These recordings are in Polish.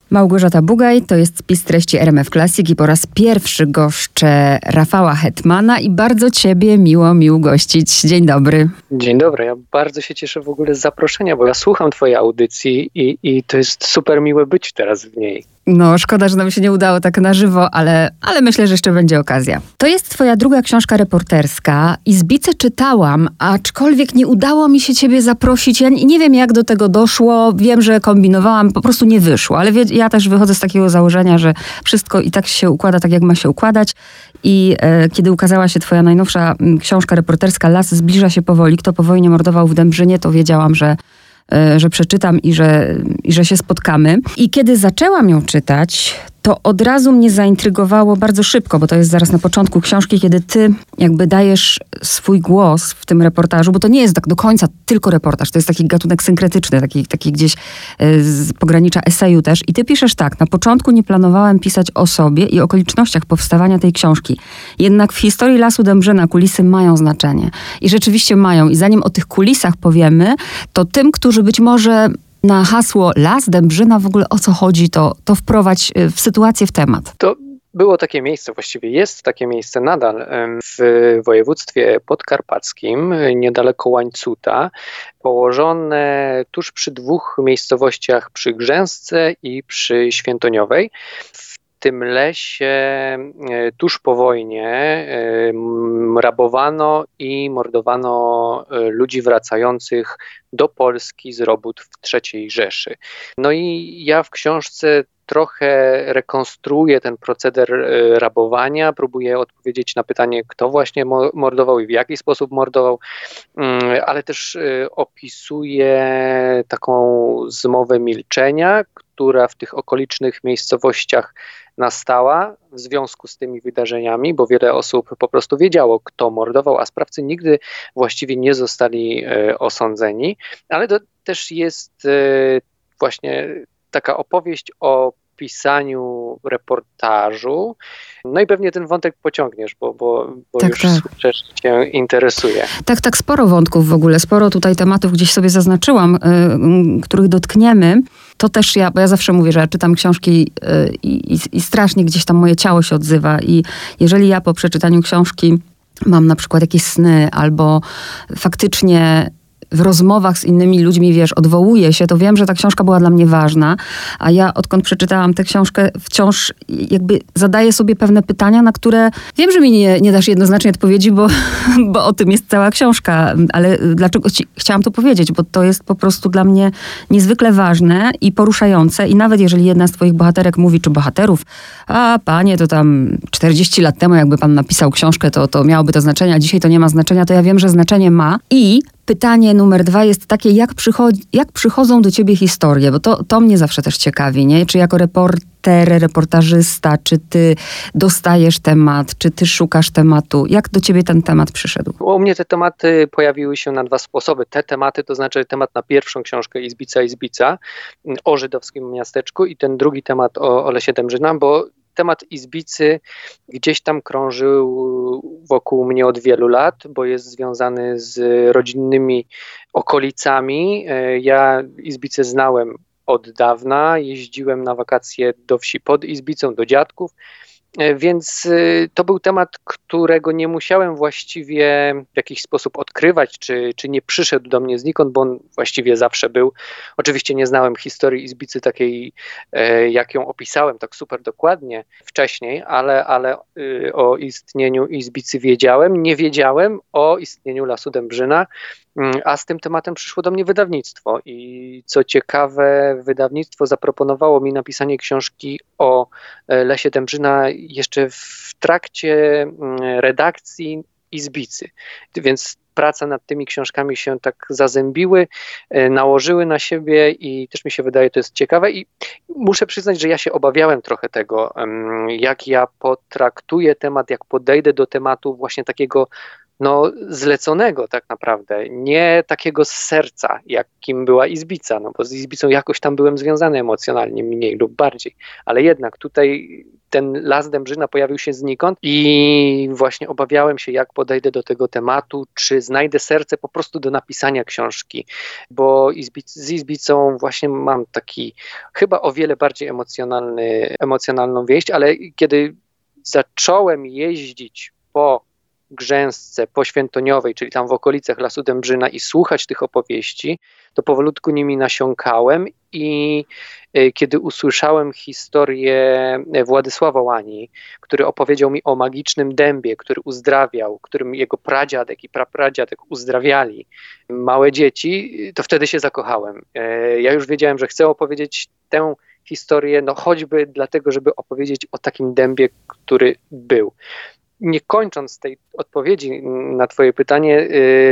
Małgorzata Bugaj, to jest spis treści RMF Classic i po raz pierwszy goszczę Rafała Hetmana i bardzo Ciebie miło mi ugościć. Dzień dobry. Dzień dobry, ja bardzo się cieszę w ogóle z zaproszenia, bo ja słucham Twojej audycji i to jest super miłe być teraz w niej. No, szkoda, że nam się nie udało tak na żywo, ale myślę, że jeszcze będzie okazja. To jest twoja druga książka reporterska. Izbice czytałam, aczkolwiek nie udało mi się ciebie zaprosić. Ja nie wiem, jak do tego doszło. Wiem, że kombinowałam, po prostu nie wyszło. Ale ja też wychodzę z takiego założenia, że wszystko i tak się układa tak, jak ma się układać. I kiedy ukazała się twoja najnowsza książka reporterska Las zbliża się powoli, kto po wojnie mordował w Dębrzynie, to wiedziałam, że przeczytam i że się spotkamy. I kiedy zaczęłam ją czytać, to od razu mnie zaintrygowało bardzo szybko, bo to jest zaraz na początku książki, kiedy ty jakby dajesz swój głos w tym reportażu, bo to nie jest tak do końca tylko reportaż, to jest taki gatunek synkretyczny, taki gdzieś z pogranicza eseju też. I ty piszesz tak: na początku nie planowałem pisać o sobie i okolicznościach powstawania tej książki. Jednak w historii Lasu Dębrzyna kulisy mają znaczenie. I rzeczywiście mają. I zanim o tych kulisach powiemy, to tym, którzy być może na hasło Las Dębrzyna w ogóle o co chodzi, to wprowadź w sytuację, w temat. To było takie miejsce, właściwie jest takie miejsce nadal w województwie podkarpackim, niedaleko Łańcuta, położone tuż przy dwóch miejscowościach, przy Grzęsce i przy Świętoniowej. W tym lesie tuż po wojnie rabowano i mordowano ludzi wracających do Polski z robót w III Rzeszy. No i ja w książce trochę rekonstruuję ten proceder rabowania, próbuję odpowiedzieć na pytanie, kto właśnie mordował i w jaki sposób mordował, ale też opisuję taką zmowę milczenia, która w tych okolicznych miejscowościach nastała w związku z tymi wydarzeniami, bo wiele osób po prostu wiedziało, kto mordował, a sprawcy nigdy właściwie nie zostali osądzeni. Ale to też jest właśnie taka opowieść o pisaniu reportażu. No i pewnie ten wątek pociągniesz, bo tak, już tak. Cię interesuje. Tak, sporo wątków w ogóle, sporo tutaj tematów gdzieś sobie zaznaczyłam, których dotkniemy. To też bo ja zawsze mówię, że ja czytam książki i strasznie gdzieś tam moje ciało się odzywa i jeżeli ja po przeczytaniu książki mam na przykład jakieś sny albo faktycznie w rozmowach z innymi ludźmi, odwołuję się, to wiem, że ta książka była dla mnie ważna, a ja odkąd przeczytałam tę książkę, wciąż jakby zadaję sobie pewne pytania, na które wiem, że mi nie dasz jednoznacznej odpowiedzi, bo o tym jest cała książka, ale dlaczego chciałam to powiedzieć, bo to jest po prostu dla mnie niezwykle ważne i poruszające i nawet jeżeli jedna z twoich bohaterek mówi, czy bohaterów, a panie, to tam 40 lat temu jakby pan napisał książkę, to miałoby to znaczenie, a dzisiaj to nie ma znaczenia, to ja wiem, że znaczenie ma. I pytanie numer 2 jest takie, jak przychodzą do ciebie historie, bo to mnie zawsze też ciekawi, nie? Czy jako reportażysta, czy ty dostajesz temat, czy ty szukasz tematu? Jak do ciebie ten temat przyszedł? U mnie te tematy pojawiły się na 2 sposoby. Te tematy, to znaczy temat na pierwszą książkę Izbica o żydowskim miasteczku i ten drugi temat o Lesie Dębrzyna, bo temat Izbicy gdzieś tam krążył wokół mnie od wielu lat, bo jest związany z rodzinnymi okolicami. Ja Izbicę znałem od dawna, jeździłem na wakacje do wsi pod Izbicą, do dziadków, więc to był temat, którego nie musiałem właściwie w jakiś sposób odkrywać, czy nie przyszedł do mnie znikąd, bo on właściwie zawsze był. Oczywiście nie znałem historii Izbicy takiej, jak ją opisałem tak super dokładnie wcześniej, ale o istnieniu Izbicy wiedziałem. Nie wiedziałem o istnieniu Lasu Dębrzyna, a z tym tematem przyszło do mnie wydawnictwo i co ciekawe, wydawnictwo zaproponowało mi napisanie książki o Lesie Dębrzyna jeszcze w trakcie redakcji Izbicy, więc prace nad tymi książkami się tak zazębiły, nałożyły na siebie i też mi się wydaje, to jest ciekawe i muszę przyznać, że ja się obawiałem trochę tego, jak ja potraktuję temat, jak podejdę do tematu właśnie takiego zleconego tak naprawdę, nie takiego z serca, jakim była Izbica, bo z Izbicą jakoś tam byłem związany emocjonalnie, mniej lub bardziej, ale jednak tutaj ten Las Dębrzyna pojawił się znikąd i właśnie obawiałem się, jak podejdę do tego tematu, czy znajdę serce po prostu do napisania książki, bo z Izbicą właśnie mam taki chyba o wiele bardziej emocjonalną więź, ale kiedy zacząłem jeździć po Grzęsce, po Świętoniowej, czyli tam w okolicach Lasu Dębrzyna i słuchać tych opowieści, to powolutku nimi nasiąkałem i kiedy usłyszałem historię Władysława Łani, który opowiedział mi o magicznym dębie, który uzdrawiał, którym jego pradziadek i prapradziadek uzdrawiali małe dzieci, to wtedy się zakochałem. Ja już wiedziałem, że chcę opowiedzieć tę historię, choćby dlatego, żeby opowiedzieć o takim dębie, który był. Nie kończąc tej odpowiedzi na twoje pytanie,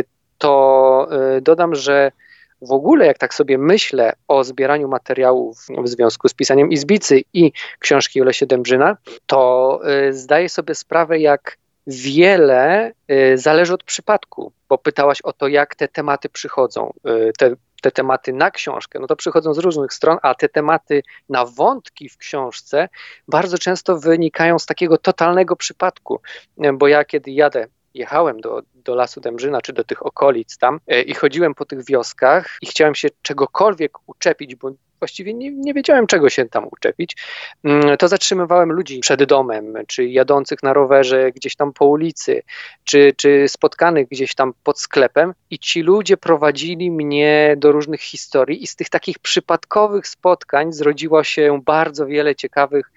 to dodam, że w ogóle jak tak sobie myślę o zbieraniu materiałów w związku z pisaniem Izbicy i książki o Lesie Dębrzyna, to zdaję sobie sprawę, jak wiele zależy od przypadku, bo pytałaś o to, jak te tematy przychodzą, te tematy na książkę, to przychodzą z różnych stron, a te tematy na wątki w książce bardzo często wynikają z takiego totalnego przypadku, bo ja kiedy jechałem do Lasu Dębrzyna, czy do tych okolic tam i chodziłem po tych wioskach i chciałem się czegokolwiek uczepić, bo właściwie nie wiedziałem, czego się tam uczepić, to zatrzymywałem ludzi przed domem, czy jadących na rowerze gdzieś tam po ulicy, czy spotkanych gdzieś tam pod sklepem i ci ludzie prowadzili mnie do różnych historii i z tych takich przypadkowych spotkań zrodziło się bardzo wiele ciekawych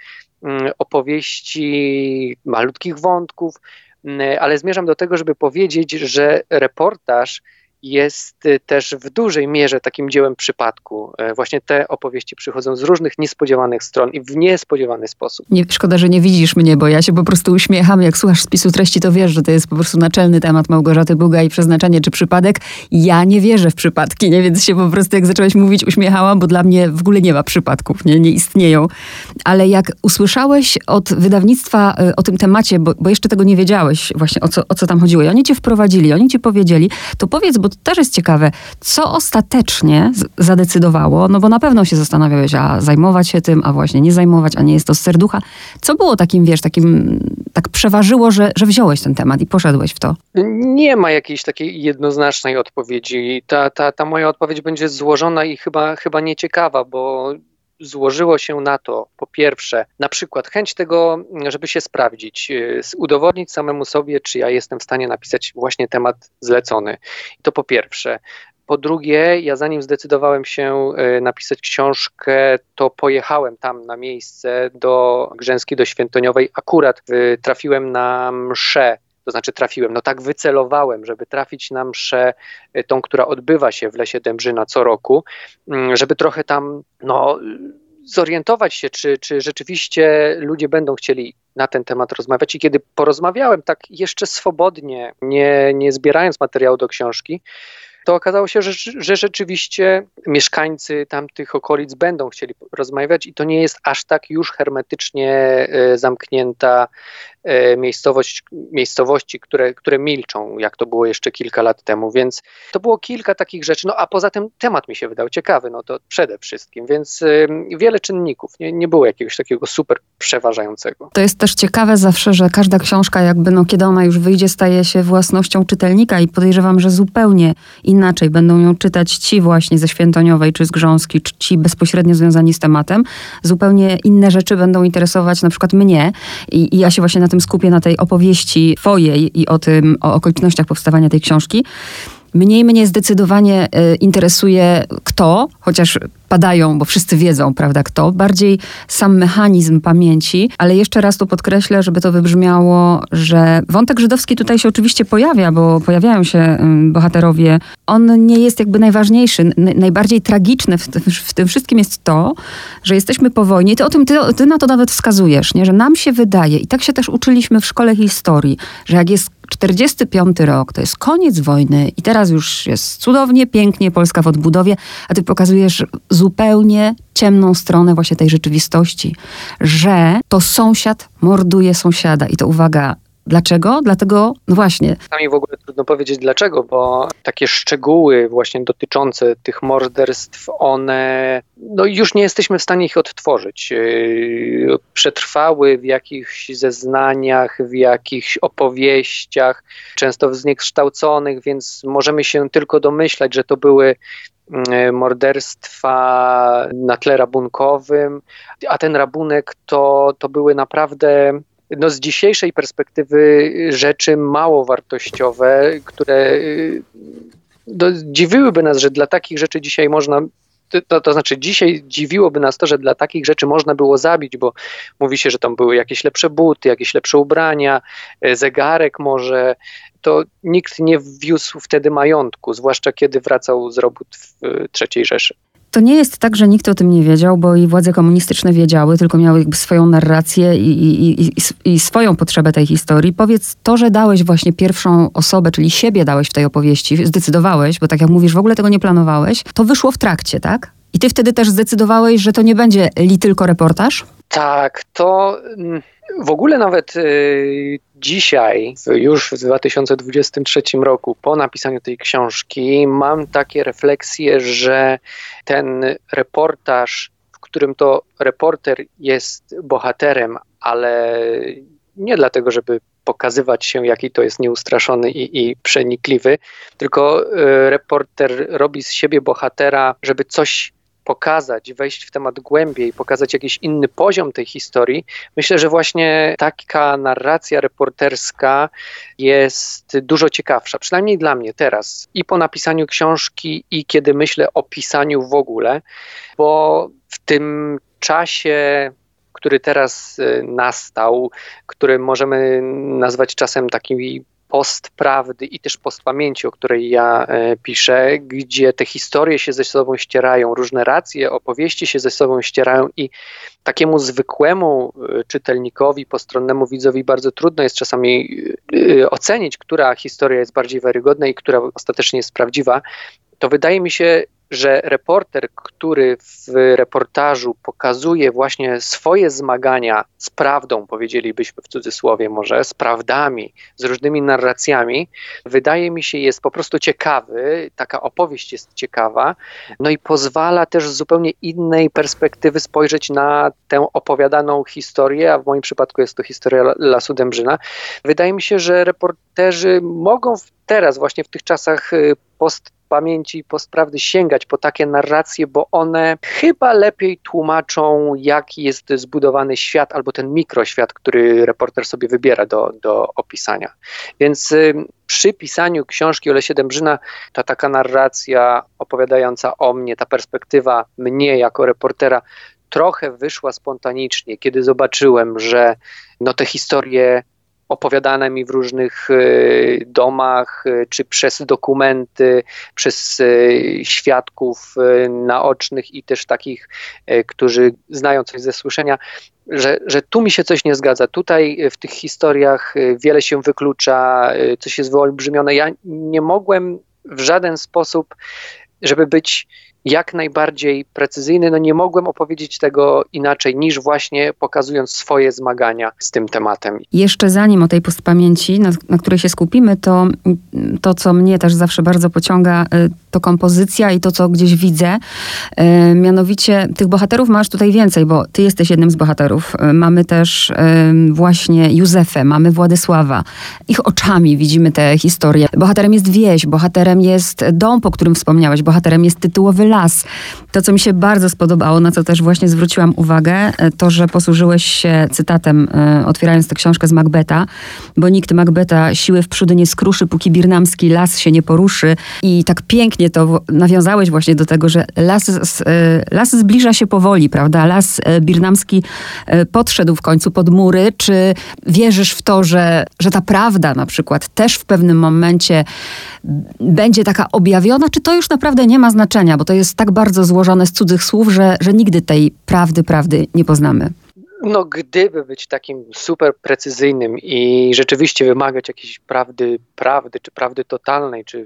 opowieści, malutkich wątków, ale zmierzam do tego, żeby powiedzieć, że reportaż jest też w dużej mierze takim dziełem przypadku. Właśnie te opowieści przychodzą z różnych niespodziewanych stron i w niespodziewany sposób. Szkoda, że nie widzisz mnie, bo ja się po prostu uśmiecham. Jak słuchasz spisu treści, to wiesz, że to jest po prostu naczelny temat Małgorzaty Buga i przeznaczenie czy przypadek. Ja nie wierzę w przypadki, więc się po prostu jak zaczęłaś mówić, uśmiechałam, bo dla mnie w ogóle nie ma przypadków, nie istnieją. Ale jak usłyszałeś od wydawnictwa o tym temacie, bo jeszcze tego nie wiedziałeś właśnie o co tam chodziło i oni cię wprowadzili, oni ci powiedzieli, to powiedz, bo to też jest ciekawe, co ostatecznie zadecydowało, bo na pewno się zastanawiałeś, a zajmować się tym, a właśnie nie zajmować, a nie jest to z serducha. Co było takim, tak przeważyło, że wziąłeś ten temat i poszedłeś w to? Nie ma jakiejś takiej jednoznacznej odpowiedzi. Ta moja odpowiedź będzie złożona i chyba nieciekawa, bo złożyło się na to, po pierwsze, na przykład chęć tego, żeby się sprawdzić, udowodnić samemu sobie, czy ja jestem w stanie napisać właśnie temat zlecony. I to po pierwsze. Po drugie, ja zanim zdecydowałem się napisać książkę, to pojechałem tam na miejsce do Grzęski, do Świętoniowej. Akurat trafiłem na mszę. To znaczy tak wycelowałem, żeby trafić na mszę tą, która odbywa się w Lesie Dębrzyna co roku, żeby trochę tam zorientować się, czy rzeczywiście ludzie będą chcieli na ten temat rozmawiać. I kiedy porozmawiałem tak jeszcze swobodnie, nie zbierając materiału do książki, to okazało się, że rzeczywiście mieszkańcy tamtych okolic będą chcieli rozmawiać i to nie jest aż tak już hermetycznie zamknięta miejscowości, które milczą, jak to było jeszcze kilka lat temu, więc to było kilka takich rzeczy, a poza tym temat mi się wydał ciekawy, to przede wszystkim, więc wiele czynników, nie było jakiegoś takiego super przeważającego. To jest też ciekawe zawsze, że każda książka kiedy ona już wyjdzie, staje się własnością czytelnika i podejrzewam, że zupełnie inaczej będą ją czytać ci właśnie ze Świętoniowej czy z Grząski, czy ci bezpośrednio związani z tematem. Zupełnie inne rzeczy będą interesować na przykład mnie i ja się właśnie na tym skupię, na tej opowieści twojej i o okolicznościach powstawania tej książki. Mnie zdecydowanie interesuje kto, chociaż padają, bo wszyscy wiedzą, prawda, kto. Bardziej sam mechanizm pamięci, ale jeszcze raz tu podkreślę, żeby to wybrzmiało, że wątek żydowski tutaj się oczywiście pojawia, bo pojawiają się bohaterowie. On nie jest jakby najważniejszy. Najbardziej tragiczne w tym wszystkim jest to, że jesteśmy po wojnie i ty na to nawet wskazujesz, nie? Że nam się wydaje, i tak się też uczyliśmy w szkole historii, że jak jest 45 rok, to jest koniec wojny i teraz już jest cudownie, pięknie, Polska w odbudowie, a ty pokazujesz zupełnie ciemną stronę właśnie tej rzeczywistości, że to sąsiad morduje sąsiada i to uwaga, Dlaczego? Dlatego, no właśnie. Czasami w ogóle trudno powiedzieć dlaczego, bo takie szczegóły właśnie dotyczące tych morderstw, one, no już nie jesteśmy w stanie ich odtworzyć. Przetrwały w jakichś zeznaniach, w jakichś opowieściach, często zniekształconych, więc możemy się tylko domyślać, że to były morderstwa na tle rabunkowym, a ten rabunek to były naprawdę z dzisiejszej perspektywy rzeczy mało wartościowe, które dziwiłyby nas, że dla takich rzeczy dzisiaj można, to znaczy dzisiaj dziwiłoby nas to, że dla takich rzeczy można było zabić, bo mówi się, że tam były jakieś lepsze buty, jakieś lepsze ubrania, zegarek może. To nikt nie wiózł wtedy majątku, zwłaszcza kiedy wracał z robót w III Rzeszy. To nie jest tak, że nikt o tym nie wiedział, bo i władze komunistyczne wiedziały, tylko miały jakby swoją narrację i swoją potrzebę tej historii. Powiedz, to, że dałeś właśnie pierwszą osobę, czyli siebie dałeś w tej opowieści, zdecydowałeś, bo tak jak mówisz, w ogóle tego nie planowałeś, to wyszło w trakcie, tak? I ty wtedy też zdecydowałeś, że to nie będzie tylko reportaż? Tak, to w ogóle nawet dzisiaj, już w 2023 roku, po napisaniu tej książki, mam takie refleksje, że ten reportaż, w którym to reporter jest bohaterem, ale nie dlatego, żeby pokazywać się, jaki to jest nieustraszony i przenikliwy, tylko reporter robi z siebie bohatera, żeby coś pokazać, wejść w temat głębiej, pokazać jakiś inny poziom tej historii. Myślę, że właśnie taka narracja reporterska jest dużo ciekawsza, przynajmniej dla mnie teraz i po napisaniu książki i kiedy myślę o pisaniu w ogóle, bo w tym czasie, który teraz nastał, który możemy nazwać czasem takim postprawdy i też postpamięci, o której ja piszę, gdzie te historie się ze sobą ścierają, różne racje, opowieści się ze sobą ścierają i takiemu zwykłemu czytelnikowi, postronnemu widzowi bardzo trudno jest czasami ocenić, która historia jest bardziej wiarygodna i która ostatecznie jest prawdziwa. To wydaje mi się, że reporter, który w reportażu pokazuje właśnie swoje zmagania z prawdą, powiedzielibyśmy w cudzysłowie może, z prawdami, z różnymi narracjami, wydaje mi się jest po prostu ciekawy, taka opowieść jest ciekawa, no i pozwala też z zupełnie innej perspektywy spojrzeć na tę opowiadaną historię, a w moim przypadku jest to historia Lasu Dębrzyna. Wydaje mi się, że reporterzy mogą teraz właśnie w tych czasach postpamięci, postprawdy sięgać po takie narracje, bo one chyba lepiej tłumaczą, jaki jest zbudowany świat albo ten mikroświat, który reporter sobie wybiera do opisania. Więc przy pisaniu książki o Lesie Dębrzyna ta taka narracja opowiadająca o mnie, ta perspektywa mnie jako reportera trochę wyszła spontanicznie, kiedy zobaczyłem, że te historie opowiadane mi w różnych domach, czy przez dokumenty, przez świadków naocznych i też takich, którzy znają coś ze słyszenia, że tu mi się coś nie zgadza. Tutaj w tych historiach wiele się wyklucza, coś jest wyolbrzymione. Ja nie mogłem w żaden sposób, żeby być jak najbardziej precyzyjny, nie mogłem opowiedzieć tego inaczej niż właśnie pokazując swoje zmagania z tym tematem. Jeszcze zanim o tej postpamięci, na której się skupimy, to co mnie też zawsze bardzo pociąga, to kompozycja i to, co gdzieś widzę. Mianowicie tych bohaterów masz tutaj więcej, bo ty jesteś jednym z bohaterów. Mamy też właśnie Józefę, mamy Władysława. Ich oczami widzimy tę historię. Bohaterem jest wieś, bohaterem jest dom, po którym wspomniałeś, bohaterem jest tytułowy las. To, co mi się bardzo spodobało, na co też właśnie zwróciłam uwagę, to, że posłużyłeś się cytatem, otwierając tę książkę z Macbeta, bo nikt Macbeta siły w przódy nie skruszy, póki birnamski las się nie poruszy. I tak pięknie to nawiązałeś właśnie do tego, że las zbliża się powoli, prawda? Las birnamski podszedł w końcu pod mury. Czy wierzysz w to, że ta prawda na przykład też w pewnym momencie będzie taka objawiona, czy to już naprawdę nie ma znaczenia, bo to jest tak bardzo złożone z cudzych słów, że nigdy tej prawdy nie poznamy? Gdyby być takim super precyzyjnym i rzeczywiście wymagać jakiejś prawdy, czy prawdy totalnej, czy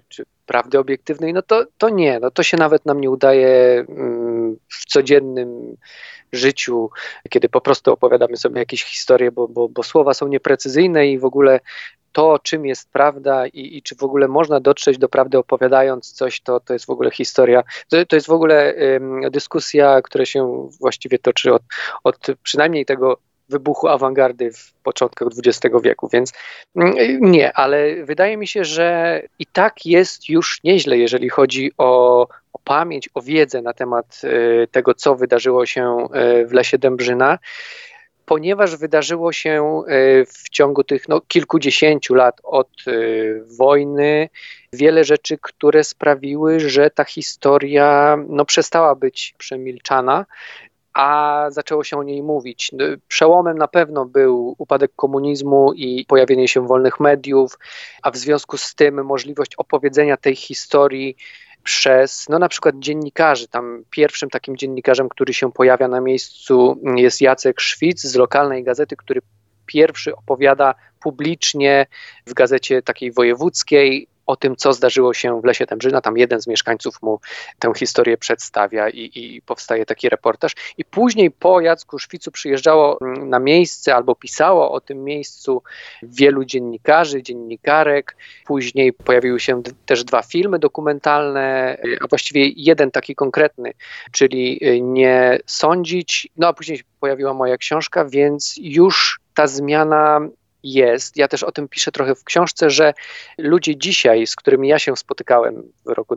prawdy obiektywnej, no to nie, no to się nawet nam nie udaje w codziennym życiu, kiedy po prostu opowiadamy sobie jakieś historie, bo słowa są nieprecyzyjne i w ogóle to, czym jest prawda i czy w ogóle można dotrzeć do prawdy opowiadając coś, to jest w ogóle historia, to jest w ogóle dyskusja, która się właściwie toczy od przynajmniej tego wybuchu awangardy w początkach XX wieku, więc nie, ale wydaje mi się, że i tak jest już nieźle, jeżeli chodzi o pamięć, o wiedzę na temat tego, co wydarzyło się w Lesie Dębrzyna, ponieważ wydarzyło się w ciągu tych kilkudziesięciu lat od wojny wiele rzeczy, które sprawiły, że ta historia przestała być przemilczana, a zaczęło się o niej mówić. Przełomem na pewno był upadek komunizmu i pojawienie się wolnych mediów, a w związku z tym możliwość opowiedzenia tej historii przez na przykład dziennikarzy. Tam pierwszym takim dziennikarzem, który się pojawia na miejscu, jest Jacek Szwic z lokalnej gazety, który pierwszy opowiada publicznie w gazecie takiej wojewódzkiej o tym, co zdarzyło się w Lesie Dębrzyna. Tam jeden z mieszkańców mu tę historię przedstawia i powstaje taki reportaż. I później po Jacku Szwicu przyjeżdżało na miejsce albo pisało o tym miejscu wielu dziennikarzy, dziennikarek. Później pojawiły się też 2 filmy dokumentalne, a właściwie jeden taki konkretny, czyli Nie sądzić. A później pojawiła moja książka, więc już ta zmiana jest. Ja też o tym piszę trochę w książce, że ludzie dzisiaj, z którymi ja się spotykałem w roku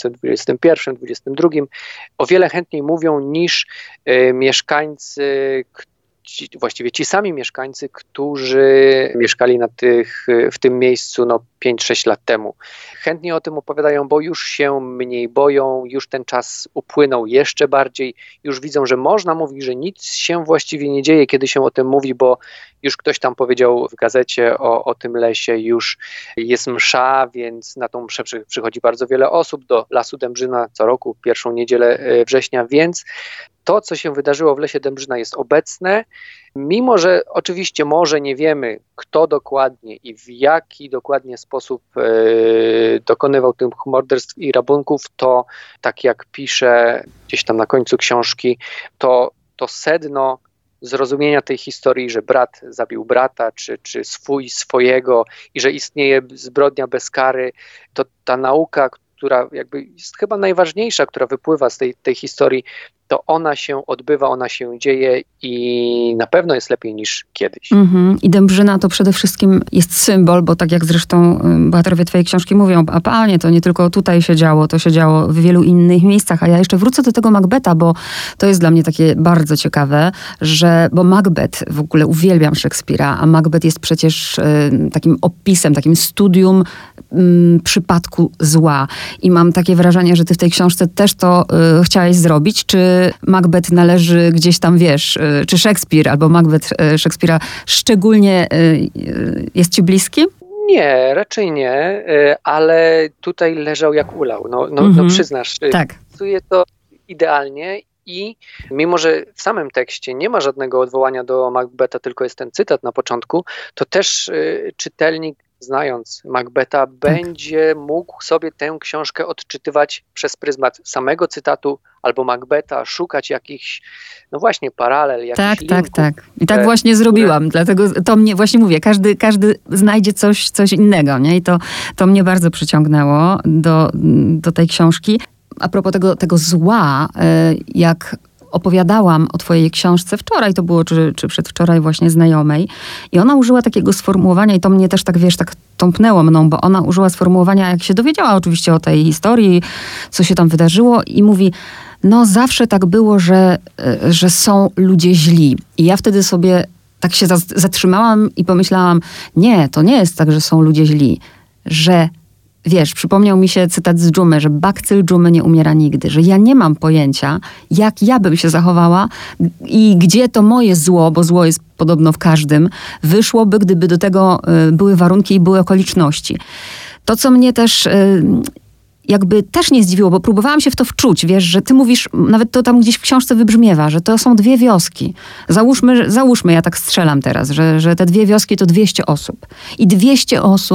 2021-2022, o wiele chętniej mówią niż mieszkańcy, właściwie ci sami mieszkańcy, którzy mieszkali w tym miejscu 5-6 lat temu. Chętnie o tym opowiadają, bo już się mniej boją, już ten czas upłynął jeszcze bardziej, już widzą, że można mówić, że nic się właściwie nie dzieje, kiedy się o tym mówi, bo już ktoś tam powiedział w gazecie o tym lesie, już jest msza, więc na tą mszę przychodzi bardzo wiele osób do Lasu Dębrzyna co roku, pierwszą niedzielę września, więc to, co się wydarzyło w Lesie Dębrzyna, jest obecne, mimo że oczywiście może nie wiemy, kto dokładnie i w jaki dokładnie sposób dokonywał tych morderstw i rabunków, to tak jak piszę gdzieś tam na końcu książki, to sedno zrozumienia tej historii, że brat zabił brata, czy swojego i że istnieje zbrodnia bez kary, to ta nauka, która jakby jest chyba najważniejsza, która wypływa z tej historii, to ona się odbywa, ona się dzieje i na pewno jest lepiej niż kiedyś. I Dębrzyna to przede wszystkim jest symbol, bo tak jak zresztą bohaterowie twojej książki mówią, a panie, to nie tylko tutaj się działo, to się działo w wielu innych miejscach. A ja jeszcze wrócę do tego Macbetha, bo to jest dla mnie takie bardzo ciekawe, bo Macbeth, w ogóle uwielbiam Szekspira, a Macbeth jest przecież takim opisem, takim studium przypadku zła. I mam takie wrażenie, że ty w tej książce też to chciałeś zrobić. Czy Macbeth należy gdzieś tam, wiesz, czy Szekspir albo Macbeth Szekspira szczególnie jest ci bliski? Nie, raczej nie, ale tutaj leżał jak ulał. Przyznasz, tak. Pasuje to idealnie i mimo, że w samym tekście nie ma żadnego odwołania do Macbetha, tylko jest ten cytat na początku, to też czytelnik, znając Macbetha, będzie mógł sobie tę książkę odczytywać przez pryzmat samego cytatu albo Macbetha, szukać jakichś, właśnie paralel, jakichś linków. Tak. I tak właśnie zrobiłam, dlatego to mnie właśnie mówię, każdy znajdzie coś innego, nie? I to mnie bardzo przyciągnęło do tej książki. A propos tego zła, jak opowiadałam o twojej książce wczoraj, to było czy przedwczoraj właśnie znajomej i ona użyła takiego sformułowania i to mnie też tak, wiesz, tak tąpnęło mną, bo ona użyła sformułowania, jak się dowiedziała oczywiście o tej historii, co się tam wydarzyło i mówi, zawsze tak było, że są ludzie źli. I ja wtedy sobie tak się zatrzymałam i pomyślałam, nie, to nie jest tak, że są ludzie źli, że wiesz, przypomniał mi się cytat z Dżumy, że bakcyl Dżumy nie umiera nigdy, że ja nie mam pojęcia, jak ja bym się zachowała i gdzie to moje zło, bo zło jest podobno w każdym, wyszłoby, gdyby do tego były warunki i były okoliczności. To, co mnie też jakby też nie zdziwiło, bo próbowałam się w to wczuć, wiesz, że ty mówisz, nawet to tam gdzieś w książce wybrzmiewa, że to są 2 wioski. Załóżmy, ja tak strzelam teraz, że te 2 wioski to 200 osób. I 200 osób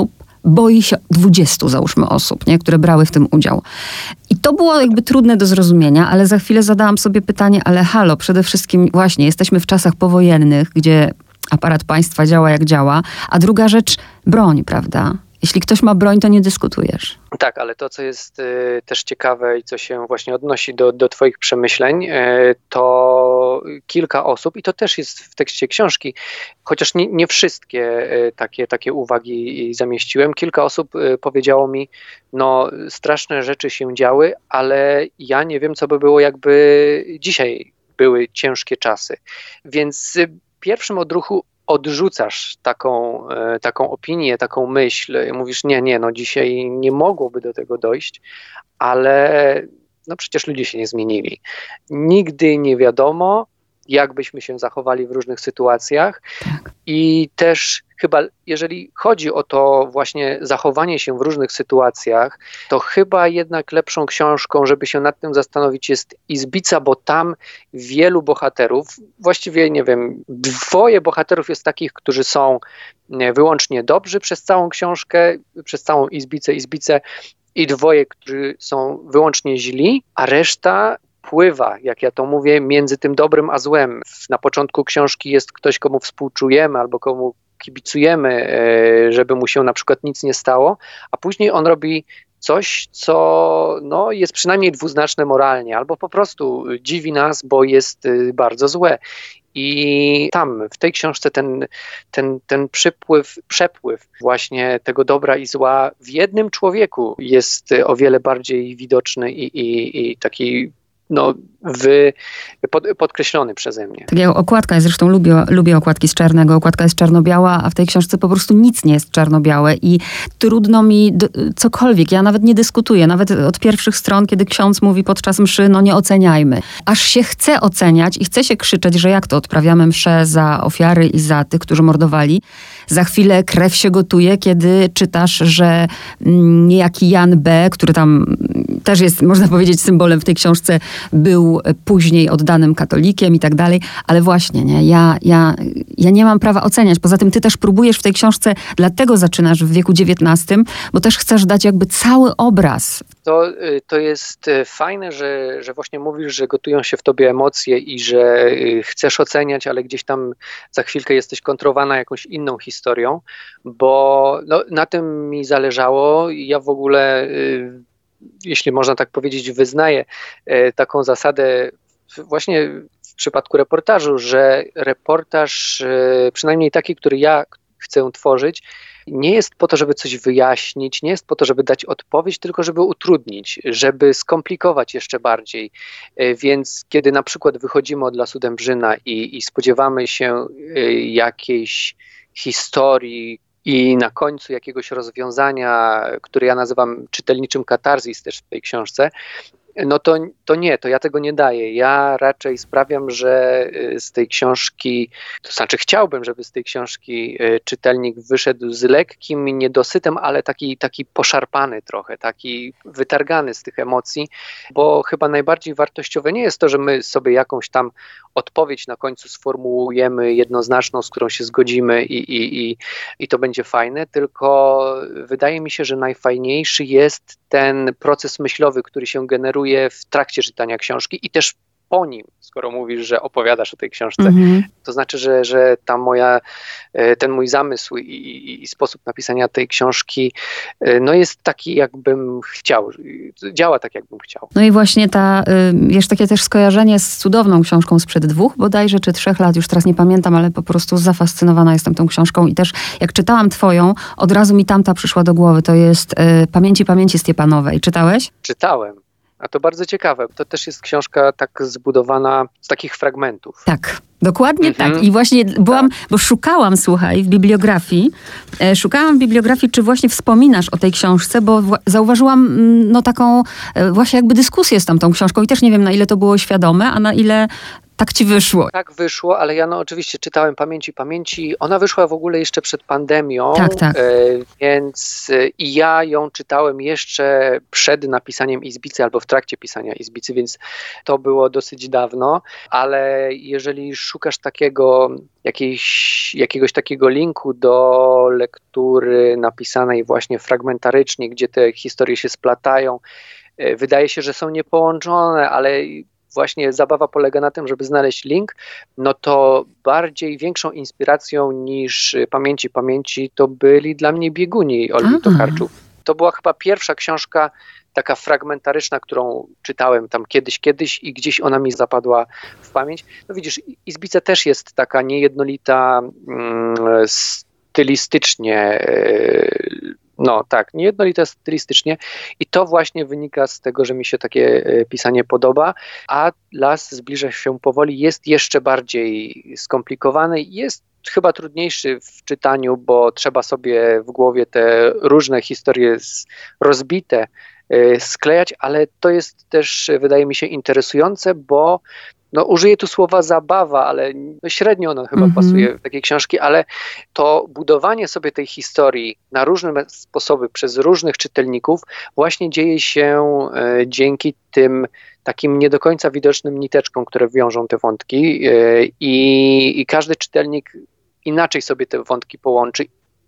boi się 20, załóżmy, osób, nie? Które brały w tym udział. I to było jakby trudne do zrozumienia, ale za chwilę zadałam sobie pytanie, ale halo, przede wszystkim właśnie jesteśmy w czasach powojennych, gdzie aparat państwa działa jak działa, a druga rzecz, broń, prawda? Jeśli ktoś ma broń, to nie dyskutujesz. Tak, ale to, co jest też ciekawe i co się właśnie odnosi do twoich przemyśleń, to kilka osób, i to też jest w tekście książki, chociaż nie wszystkie takie uwagi zamieściłem, kilka osób powiedziało mi, no straszne rzeczy się działy, ale ja nie wiem, co by było, jakby dzisiaj były ciężkie czasy. Więc w pierwszym odruchu odrzucasz taką opinię, taką myśl, mówisz nie, no dzisiaj nie mogłoby do tego dojść, ale no przecież ludzie się nie zmienili. Nigdy nie wiadomo, jak byśmy się zachowali w różnych sytuacjach. Tak. I też chyba, jeżeli chodzi o to właśnie zachowanie się w różnych sytuacjach, to chyba jednak lepszą książką, żeby się nad tym zastanowić, jest Izbica, bo tam wielu bohaterów, właściwie nie wiem, 2 bohaterów jest takich, którzy są wyłącznie dobrzy przez całą książkę, przez całą Izbicę i 2, którzy są wyłącznie źli, a reszta pływa, jak ja to mówię, między tym dobrym a złem. Na początku książki jest ktoś, komu współczujemy albo komu kibicujemy, żeby mu się na przykład nic nie stało, a później on robi coś, co no, jest przynajmniej dwuznaczne moralnie, albo po prostu dziwi nas, bo jest bardzo złe. I tam, w tej książce ten przepływ właśnie tego dobra i zła w jednym człowieku jest o wiele bardziej widoczny i taki podkreślony przeze mnie. Tak jak okładka, ja zresztą lubię okładki z czarnego, okładka jest czarno-biała, a w tej książce po prostu nic nie jest czarno-białe i trudno mi cokolwiek, ja nawet nie dyskutuję, nawet od pierwszych stron, kiedy ksiądz mówi podczas mszy, no nie oceniajmy. Aż się chce oceniać i chce się krzyczeć, że jak to odprawiamy mszę za ofiary i za tych, którzy mordowali. Za chwilę krew się gotuje, kiedy czytasz, że niejaki Jan B., który tam też jest, można powiedzieć, symbolem w tej książce, był później oddanym katolikiem i tak dalej, ale właśnie, nie, ja nie mam prawa oceniać. Poza tym ty też próbujesz w tej książce, dlatego zaczynasz w wieku XIX, bo też chcesz dać jakby cały obraz. To jest fajne, że właśnie mówisz, że gotują się w tobie emocje i że chcesz oceniać, ale gdzieś tam za chwilkę jesteś kontrowana jakąś inną historią, bo no, na tym mi zależało. Ja w ogóle, jeśli można tak powiedzieć, wyznaję taką zasadę właśnie w przypadku reportażu, że reportaż, przynajmniej taki, który ja chcę tworzyć, nie jest po to, żeby coś wyjaśnić, nie jest po to, żeby dać odpowiedź, tylko żeby utrudnić, żeby skomplikować jeszcze bardziej. Więc kiedy na przykład wychodzimy od Lasu Dębrzyna i spodziewamy się jakiejś historii i na końcu jakiegoś rozwiązania, które ja nazywam czytelniczym katarzis też w tej książce, no to ja tego nie daję. Ja raczej sprawiam, że z tej książki, to znaczy chciałbym, żeby z tej książki czytelnik wyszedł z lekkim niedosytem, ale taki poszarpany trochę, taki wytargany z tych emocji, bo chyba najbardziej wartościowe nie jest to, że my sobie jakąś tam odpowiedź na końcu sformułujemy jednoznaczną, z którą się zgodzimy i to będzie fajne, tylko wydaje mi się, że najfajniejszy jest ten proces myślowy, który się generuje w trakcie czytania książki i też po nim, skoro mówisz, że opowiadasz o tej książce. To znaczy, że ten mój zamysł i sposób napisania tej książki no jest taki, jakbym chciał. Działa tak, jakbym chciał. No i właśnie wiesz, takie też skojarzenie z cudowną książką sprzed 2 bodajże, czy 3 lat, już teraz nie pamiętam, ale po prostu zafascynowana jestem tą książką i też jak czytałam twoją, od razu mi tamta przyszła do głowy. To jest Pamięci Stepanowej. Czytałeś? Czytałem. A to bardzo ciekawe. To też jest książka tak zbudowana z takich fragmentów. Tak, dokładnie tak. I właśnie bo szukałam, słuchaj, w bibliografii, czy właśnie wspominasz o tej książce, bo zauważyłam taką właśnie jakby dyskusję z tamtą książką i też nie wiem, na ile to było świadome, a na ile Tak ci wyszło. Tak wyszło, ale ja oczywiście czytałem Pamięci. Ona wyszła w ogóle jeszcze przed pandemią, Tak. Więc i ja ją czytałem jeszcze przed napisaniem Izbicy albo w trakcie pisania Izbicy, więc to było dosyć dawno, ale jeżeli szukasz jakiegoś takiego linku do lektury napisanej właśnie fragmentarycznie, gdzie te historie się splatają, wydaje się, że są niepołączone, ale właśnie zabawa polega na tym, żeby znaleźć link, no to większą inspiracją niż Pamięci to byli dla mnie Bieguni Olgi Tokarczuk. To była chyba pierwsza książka taka fragmentaryczna, którą czytałem tam kiedyś i gdzieś ona mi zapadła w pamięć. No widzisz, Izbica też jest taka niejednolita stylistycznie, niejednolita stylistycznie i to właśnie wynika z tego, że mi się takie pisanie podoba, a Las zbliża się powoli, jest jeszcze bardziej skomplikowany, jest chyba trudniejszy w czytaniu, bo trzeba sobie w głowie te różne historie rozbite sklejać, ale to jest też, wydaje mi się, interesujące, bo użyję tu słowa zabawa, ale średnio ono chyba pasuje w takiej książki, ale to budowanie sobie tej historii na różne sposoby przez różnych czytelników właśnie dzieje się dzięki tym takim nie do końca widocznym niteczkom, które wiążą te wątki i każdy czytelnik inaczej sobie te wątki połączy.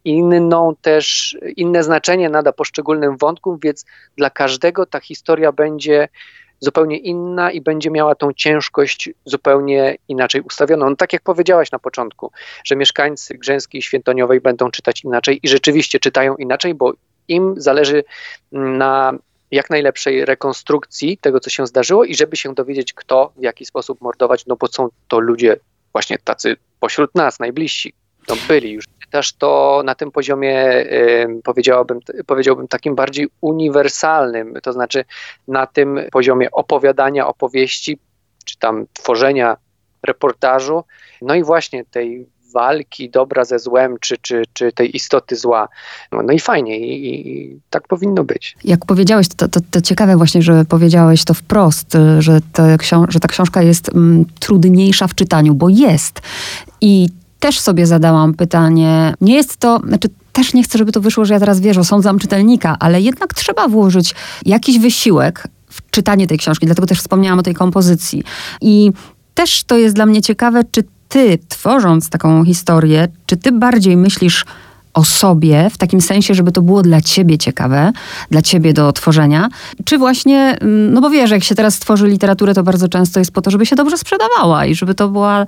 Inne znaczenie nada poszczególnym wątkom, więc dla każdego ta historia będzie zupełnie inna i będzie miała tą ciężkość zupełnie inaczej ustawioną. Tak jak powiedziałaś na początku, że mieszkańcy Grzęskiej i Świętoniowej będą czytać inaczej i rzeczywiście czytają inaczej, bo im zależy na jak najlepszej rekonstrukcji tego, co się zdarzyło i żeby się dowiedzieć, kto w jaki sposób mordować, bo są to ludzie właśnie tacy pośród nas, najbliżsi. Byli już. Też to na tym poziomie powiedziałbym takim bardziej uniwersalnym, to znaczy na tym poziomie opowiadania opowieści, czy tam tworzenia reportażu, no i właśnie tej walki dobra ze złem, czy tej istoty zła. No i fajnie i tak powinno być. Jak powiedziałeś, to ciekawe właśnie, że powiedziałeś to wprost, że ta książka jest trudniejsza w czytaniu, bo jest. I też sobie zadałam pytanie, nie jest to, też nie chcę, żeby to wyszło, że ja teraz osądzam czytelnika, ale jednak trzeba włożyć jakiś wysiłek w czytanie tej książki, dlatego też wspomniałam o tej kompozycji. I też to jest dla mnie ciekawe, czy ty, tworząc taką historię, czy ty bardziej myślisz o sobie, w takim sensie, żeby to było dla ciebie ciekawe, dla ciebie do tworzenia, czy właśnie, bo wiesz, jak się teraz tworzy literaturę, to bardzo często jest po to, żeby się dobrze sprzedawała i żeby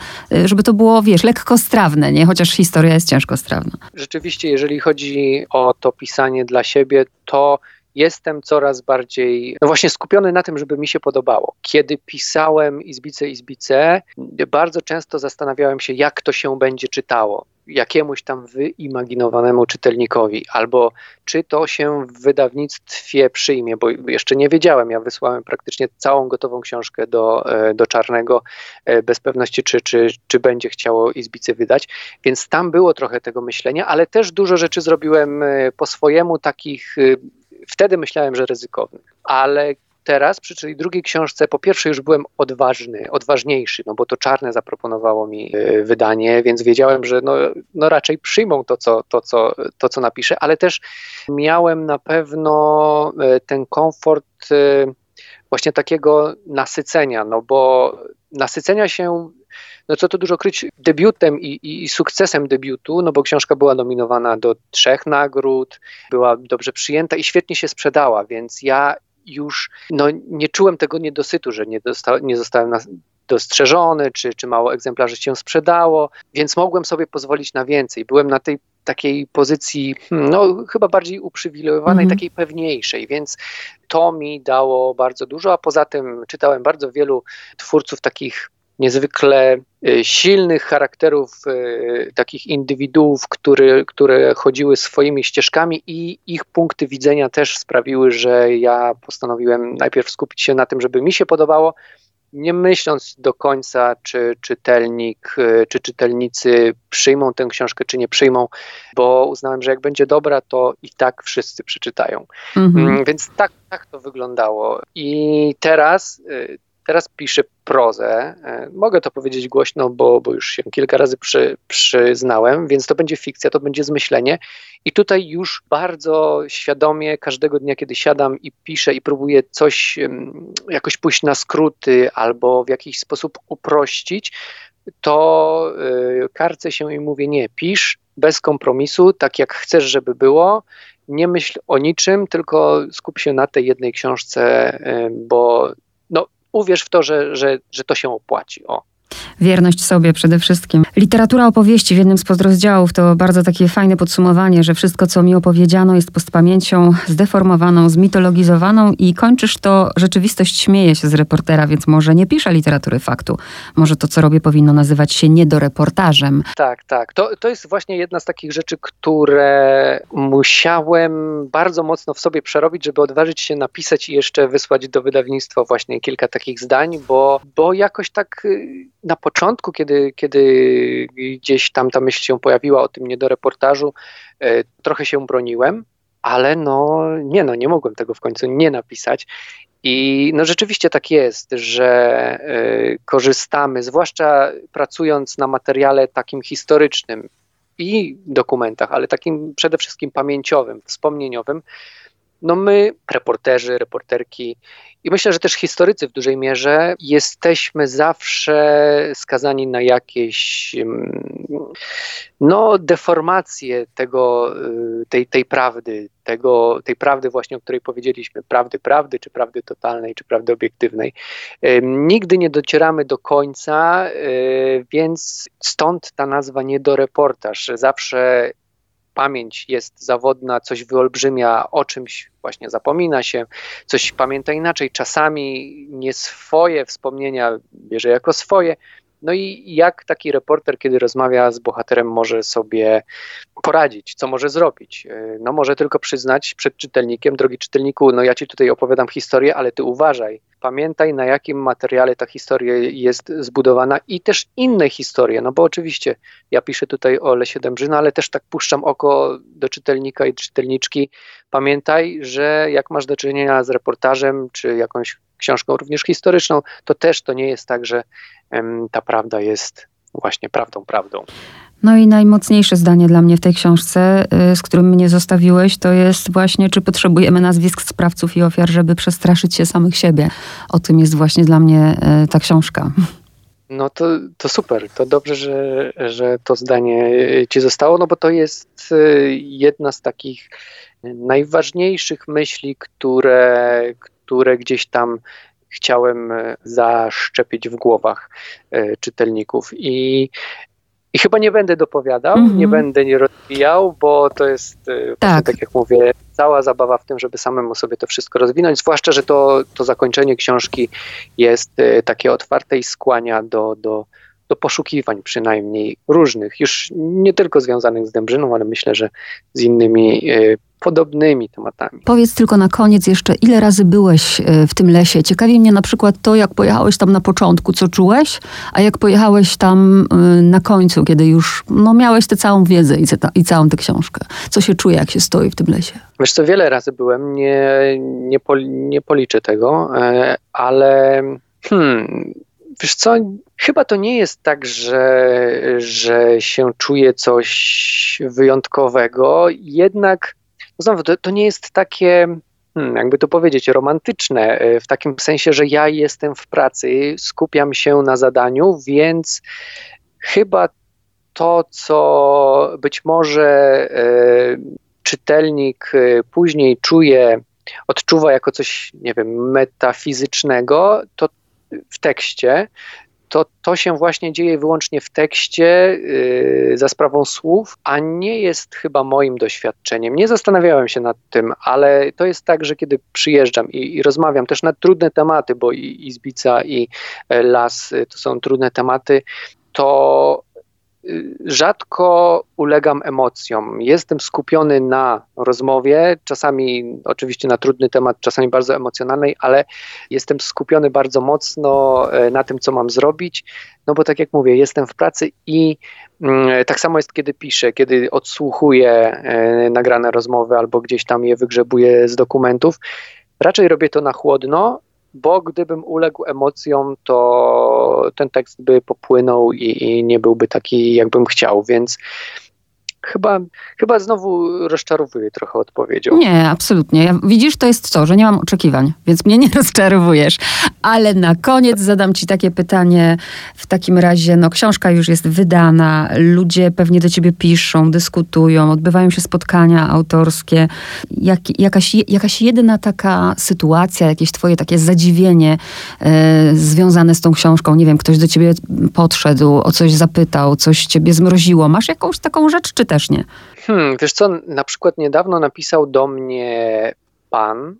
to było, wiesz, lekkostrawne, nie? Chociaż historia jest ciężkostrawna. Rzeczywiście, jeżeli chodzi o to pisanie dla siebie, to jestem coraz bardziej właśnie skupiony na tym, żeby mi się podobało. Kiedy pisałem Izbice, bardzo często zastanawiałem się, jak to się będzie czytało jakiemuś tam wyimaginowanemu czytelnikowi, albo czy to się w wydawnictwie przyjmie, bo jeszcze nie wiedziałem. Ja wysłałem praktycznie całą gotową książkę do Czarnego, bez pewności, czy będzie chciało Izbicy wydać, więc tam było trochę tego myślenia, ale też dużo rzeczy zrobiłem po swojemu, takich wtedy myślałem, że ryzykownych, ale teraz przy tej drugiej książce po pierwsze już byłem odważniejszy, bo to Czarne zaproponowało mi wydanie, więc wiedziałem, że raczej przyjmą to, co napiszę, ale też miałem na pewno ten komfort właśnie takiego nasycenia, bo nasycenia się, co tu dużo kryć, debiutem i sukcesem debiutu, bo książka była nominowana do 3 nagród, była dobrze przyjęta i świetnie się sprzedała, więc ja już nie czułem tego niedosytu, że nie zostałem dostrzeżony, czy mało egzemplarzy się sprzedało, więc mogłem sobie pozwolić na więcej. Byłem na tej takiej pozycji, chyba bardziej uprzywilejowanej, takiej pewniejszej, więc to mi dało bardzo dużo, a poza tym czytałem bardzo wielu twórców takich niezwykle silnych charakterów, takich indywiduów, które chodziły swoimi ścieżkami i ich punkty widzenia też sprawiły, że ja postanowiłem najpierw skupić się na tym, żeby mi się podobało, nie myśląc do końca, czy czytelnik, czy czytelnicy przyjmą tę książkę, czy nie przyjmą, bo uznałem, że jak będzie dobra, to i tak wszyscy przeczytają. Więc tak to wyglądało. I teraz teraz piszę prozę. Mogę to powiedzieć głośno, bo już się kilka razy przyznałem, więc to będzie fikcja, to będzie zmyślenie. I tutaj już bardzo świadomie każdego dnia, kiedy siadam i piszę i próbuję coś jakoś pójść na skróty albo w jakiś sposób uprościć, to karcę się i mówię: nie, pisz bez kompromisu, tak jak chcesz, żeby było. Nie myśl o niczym, tylko skup się na tej jednej książce, bo uwierz w to, że to się opłaci. Wierność sobie przede wszystkim. Literatura opowieści w jednym z podrozdziałów to bardzo takie fajne podsumowanie, że wszystko, co mi opowiedziano, jest postpamięcią zdeformowaną, zmitologizowaną i kończysz to: rzeczywistość śmieje się z reportera, więc może nie piszę literatury faktu. Może to, co robię, powinno nazywać się niedoreportażem. Tak. To jest właśnie jedna z takich rzeczy, które musiałem bardzo mocno w sobie przerobić, żeby odważyć się napisać i jeszcze wysłać do wydawnictwa właśnie kilka takich zdań, bo jakoś tak na początku, kiedy gdzieś tam ta myśl się pojawiła o tym niedoreportażu, trochę się broniłem, ale nie mogłem tego w końcu nie napisać. I rzeczywiście tak jest, że korzystamy, zwłaszcza pracując na materiale takim historycznym i dokumentach, ale takim przede wszystkim pamięciowym, wspomnieniowym. My, reporterzy, reporterki i myślę, że też historycy w dużej mierze, jesteśmy zawsze skazani na jakieś deformacje tej prawdy, tej prawdy właśnie, o której powiedzieliśmy, prawdy, czy prawdy totalnej, czy prawdy obiektywnej. Nigdy nie docieramy do końca, więc stąd ta nazwa niedoreportaż. Zawsze pamięć jest zawodna, coś wyolbrzymia, o czymś właśnie zapomina się, coś pamięta inaczej, czasami nie swoje wspomnienia bierze jako swoje. I jak taki reporter, kiedy rozmawia z bohaterem, może sobie poradzić, co może zrobić? Może tylko przyznać przed czytelnikiem: drogi czytelniku, ja ci tutaj opowiadam historię, ale ty uważaj, pamiętaj, na jakim materiale ta historia jest zbudowana i też inne historie, bo oczywiście ja piszę tutaj o Lesie Dębrzyna, ale też tak puszczam oko do czytelnika i czytelniczki. Pamiętaj, że jak masz do czynienia z reportażem, czy jakąś książką również historyczną, to też to nie jest tak, że ta prawda jest właśnie prawdą. I najmocniejsze zdanie dla mnie w tej książce, z którym mnie zostawiłeś, to jest właśnie: czy potrzebujemy nazwisk sprawców i ofiar, żeby przestraszyć się samych siebie. O tym jest właśnie dla mnie ta książka. To super, to dobrze, że to zdanie ci zostało, bo to jest jedna z takich najważniejszych myśli, które gdzieś tam chciałem zaszczepić w głowach czytelników. I chyba nie będę dopowiadał, nie będę nie rozwijał, bo to jest, właśnie, tak jak mówię, cała zabawa w tym, żeby samemu sobie to wszystko rozwinąć, zwłaszcza, że to zakończenie książki jest takie otwarte i skłania do poszukiwań przynajmniej różnych, już nie tylko związanych z Dębrzyną, ale myślę, że z innymi podobnymi tematami. Powiedz tylko na koniec jeszcze, ile razy byłeś w tym lesie? Ciekawi mnie na przykład to, jak pojechałeś tam na początku, co czułeś, a jak pojechałeś tam na końcu, kiedy już miałeś tę całą wiedzę i całą tę książkę. Co się czuje, jak się stoi w tym lesie? Wiesz co, wiele razy byłem, nie policzę tego, ale wiesz co, chyba to nie jest tak, że się czuje coś wyjątkowego, jednak znowu to nie jest takie, jakby to powiedzieć, romantyczne, w takim sensie, że ja jestem w pracy, skupiam się na zadaniu, więc chyba to, co być może czytelnik później odczuwa jako coś, nie wiem, metafizycznego, to w tekście, to się właśnie dzieje wyłącznie w tekście, za sprawą słów, a nie jest chyba moim doświadczeniem. Nie zastanawiałem się nad tym, ale to jest tak, że kiedy przyjeżdżam i rozmawiam też na trudne tematy, bo i Izbica, i Las to są trudne tematy, to rzadko ulegam emocjom. Jestem skupiony na rozmowie, czasami oczywiście na trudny temat, czasami bardzo emocjonalnej, ale jestem skupiony bardzo mocno na tym, co mam zrobić, bo tak jak mówię, jestem w pracy i tak samo jest, kiedy piszę, kiedy odsłuchuję nagrane rozmowy albo gdzieś tam je wygrzebuję z dokumentów. Raczej robię to na chłodno bo gdybym uległ emocjom, to ten tekst by popłynął i nie byłby taki, jakbym chciał, więc chyba znowu rozczarowuję trochę odpowiedzią. Nie, absolutnie. Widzisz, to jest to, że nie mam oczekiwań, więc mnie nie rozczarowujesz. Ale na koniec zadam ci takie pytanie. W takim razie, książka już jest wydana, ludzie pewnie do ciebie piszą, dyskutują, odbywają się spotkania autorskie. Jakaś jedna taka sytuacja, jakieś twoje takie zadziwienie związane z tą książką, nie wiem, ktoś do ciebie podszedł, o coś zapytał, coś ciebie zmroziło. Masz jakąś taką rzecz, czy też nie? Wiesz co, na przykład niedawno napisał do mnie pan,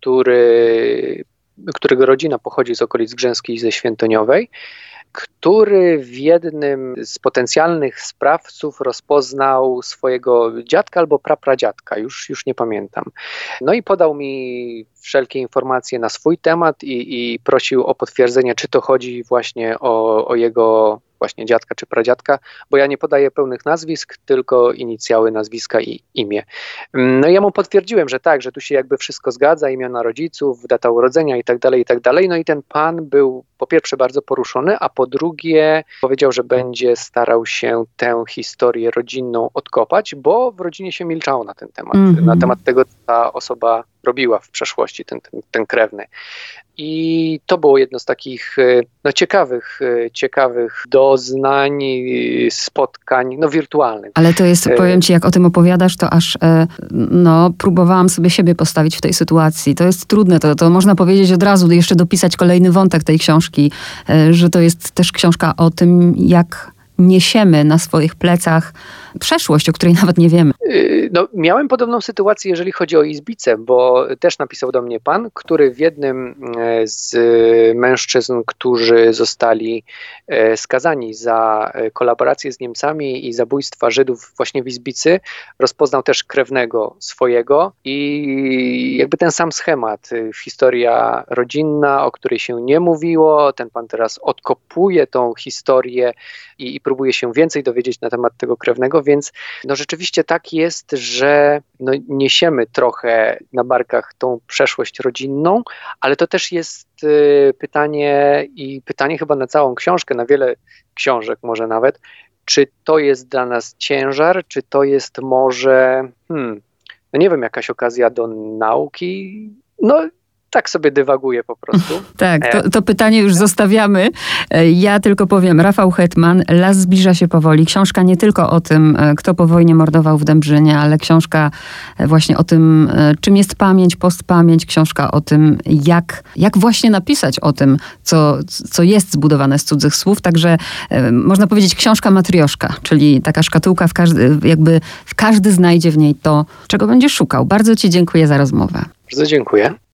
którego rodzina pochodzi z okolic Grzęskiej, ze Świętoniowej, który w jednym z potencjalnych sprawców rozpoznał swojego dziadka albo prapradziadka, już nie pamiętam. No i podał mi wszelkie informacje na swój temat i prosił o potwierdzenie, czy to chodzi właśnie o jego właśnie dziadka czy pradziadka, bo ja nie podaję pełnych nazwisk, tylko inicjały nazwiska i imię. No i ja mu potwierdziłem, że tak, że tu się jakby wszystko zgadza, imiona rodziców, data urodzenia i tak dalej, i tak dalej. No i ten pan był po pierwsze bardzo poruszony, a po drugie powiedział, że będzie starał się tę historię rodzinną odkopać, bo w rodzinie się milczało na ten temat, na temat tego, co ta osoba robiła w przeszłości, ten krewny. I to było jedno z takich ciekawych doznań, spotkań, wirtualnych. Ale to jest, powiem ci, jak o tym opowiadasz, to aż próbowałam sobie siebie postawić w tej sytuacji. To jest trudne, to można powiedzieć od razu, jeszcze dopisać kolejny wątek tej książki, że to jest też książka o tym, jak niesiemy na swoich plecach przeszłość, o której nawet nie wiemy. Miałem podobną sytuację, jeżeli chodzi o Izbicę, bo też napisał do mnie pan, który w jednym z mężczyzn, którzy zostali skazani za kolaborację z Niemcami i zabójstwa Żydów właśnie w Izbicy, rozpoznał też krewnego swojego i jakby ten sam schemat, historia rodzinna, o której się nie mówiło, ten pan teraz odkopuje tą historię i próbuje się więcej dowiedzieć na temat tego krewnego, więc rzeczywiście tak jest, że niesiemy trochę na barkach tą przeszłość rodzinną, ale to też jest pytanie chyba na całą książkę, na wiele książek może nawet, czy to jest dla nas ciężar, czy to jest może, nie wiem, jakaś okazja do nauki? Tak sobie dywaguję po prostu. Tak, to pytanie już zostawiamy. Ja tylko powiem, Rafał Hetman, Las zbliża się powoli. Książka nie tylko o tym, kto po wojnie mordował w Dębrzynie, ale książka właśnie o tym, czym jest pamięć, postpamięć. Książka o tym, jak właśnie napisać o tym, co jest zbudowane z cudzych słów. Także można powiedzieć książka matrioszka, czyli taka szkatułka, każdy znajdzie w niej to, czego będzie szukał. Bardzo ci dziękuję za rozmowę. Bardzo dziękuję.